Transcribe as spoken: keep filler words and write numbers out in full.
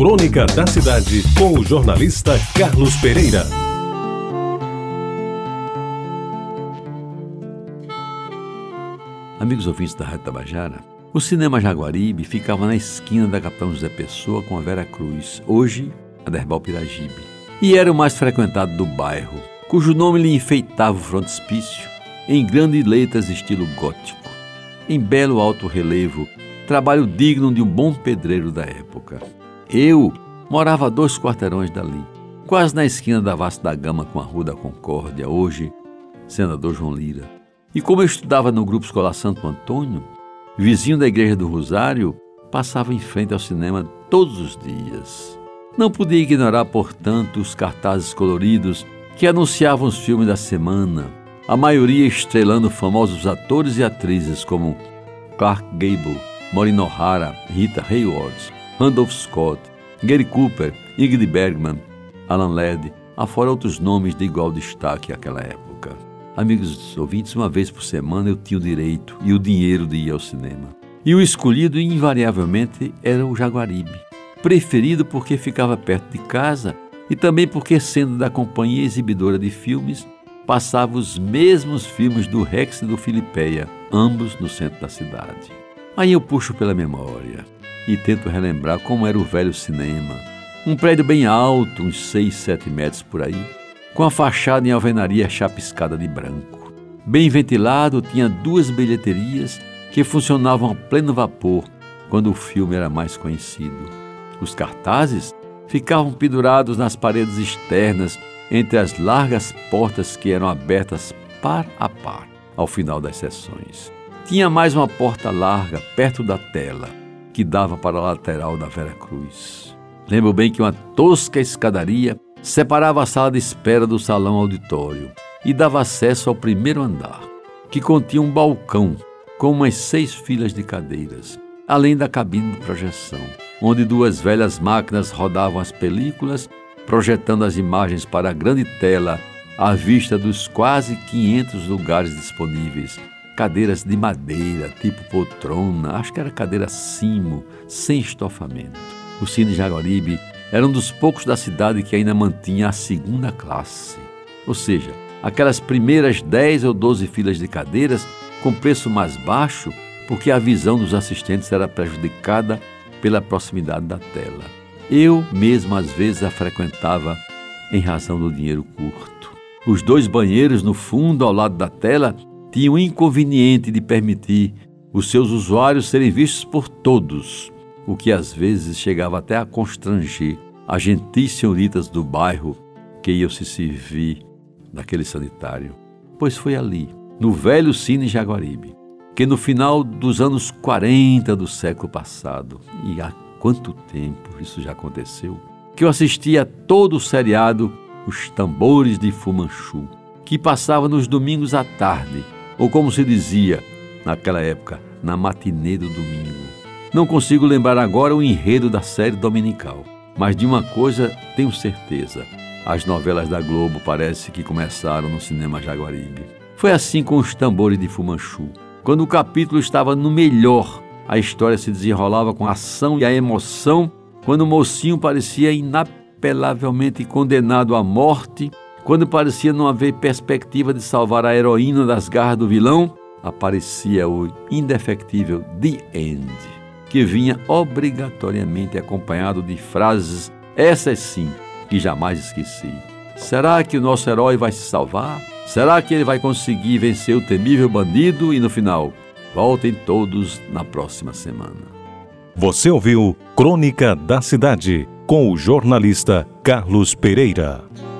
Crônica da Cidade, com o jornalista Carlos Pereira. Amigos ouvintes da Rádio Tabajara, o Cinema Jaguaribe ficava na esquina da Capitão José Pessoa com a Vera Cruz, hoje a Derbal Piragibe, e era o mais frequentado do bairro, cujo nome lhe enfeitava o frontispício em grandes letras estilo gótico, em belo alto relevo, trabalho digno de um bom pedreiro da época. Eu morava a dois quarteirões dali, quase na esquina da Vasco da Gama com a Rua da Concórdia, hoje Senador João Lira. E como eu estudava no Grupo Escolar Santo Antônio, vizinho da Igreja do Rosário, passava em frente ao cinema todos os dias. Não podia ignorar, portanto, os cartazes coloridos que anunciavam os filmes da semana, a maioria estrelando famosos atores e atrizes como Clark Gable, Maureen O'Hara, Rita Hayworth, Randolph Scott, Gary Cooper, Ingrid Bergman, Alan Ladd, afora outros nomes de igual destaque àquela época. Amigos ouvintes, uma vez por semana eu tinha o direito e o dinheiro de ir ao cinema. E o escolhido invariavelmente era o Jaguaribe, preferido porque ficava perto de casa e também porque, sendo da companhia exibidora de filmes, passava os mesmos filmes do Rex e do Filipeia, ambos no centro da cidade. Aí eu puxo pela memória e tento relembrar como era o velho cinema. Um prédio bem alto, uns seis, sete metros por aí, com a fachada em alvenaria chapiscada de branco. Bem ventilado, tinha duas bilheterias que funcionavam a pleno vapor quando o filme era mais conhecido. Os cartazes ficavam pendurados nas paredes externas entre as largas portas que eram abertas par a par ao final das sessões. Tinha mais uma porta larga perto da tela, que dava para a lateral da Vera Cruz. Lembro bem que uma tosca escadaria separava a sala de espera do salão auditório e dava acesso ao primeiro andar, que continha um balcão com umas seis filas de cadeiras, além da cabine de projeção, onde duas velhas máquinas rodavam as películas, projetando as imagens para a grande tela à vista dos quase quinhentos lugares disponíveis. Cadeiras de madeira, tipo poltrona, acho que era cadeira cimo, sem estofamento. O Cine Jaguaribe era um dos poucos da cidade que ainda mantinha a segunda classe, ou seja, aquelas primeiras dez ou doze filas de cadeiras com preço mais baixo, porque a visão dos assistentes era prejudicada pela proximidade da tela. Eu mesmo às vezes a frequentava em razão do dinheiro curto. Os dois banheiros no fundo, ao lado da tela, tinham o inconveniente de permitir os seus usuários serem vistos por todos, o que às vezes chegava até a constranger as gentis senhoritas do bairro que iam se servir daquele sanitário. Pois foi ali, no velho Cine Jaguaribe, que no final dos anos quarenta do século passado, e há quanto tempo isso já aconteceu, que eu assistia a todo o seriado Os Tambores de Fu Manchu, que passava nos domingos à tarde, ou como se dizia naquela época, na matinê do domingo. Não consigo lembrar agora o enredo da série dominical, mas de uma coisa tenho certeza: as novelas da Globo parece que começaram no Cinema Jaguaribe. Foi assim com Os Tambores de Fu Manchu. Quando o capítulo estava no melhor, a história se desenrolava com a ação e a emoção, quando o mocinho parecia inapelavelmente condenado à morte, quando parecia não haver perspectiva de salvar a heroína das garras do vilão, aparecia o indefectível The End, que vinha obrigatoriamente acompanhado de frases, essas sim, que jamais esqueci. Será que o nosso herói vai se salvar? Será que ele vai conseguir vencer o temível bandido? E no final, voltem todos na próxima semana. Você ouviu Crônica da Cidade, com o jornalista Carlos Pereira.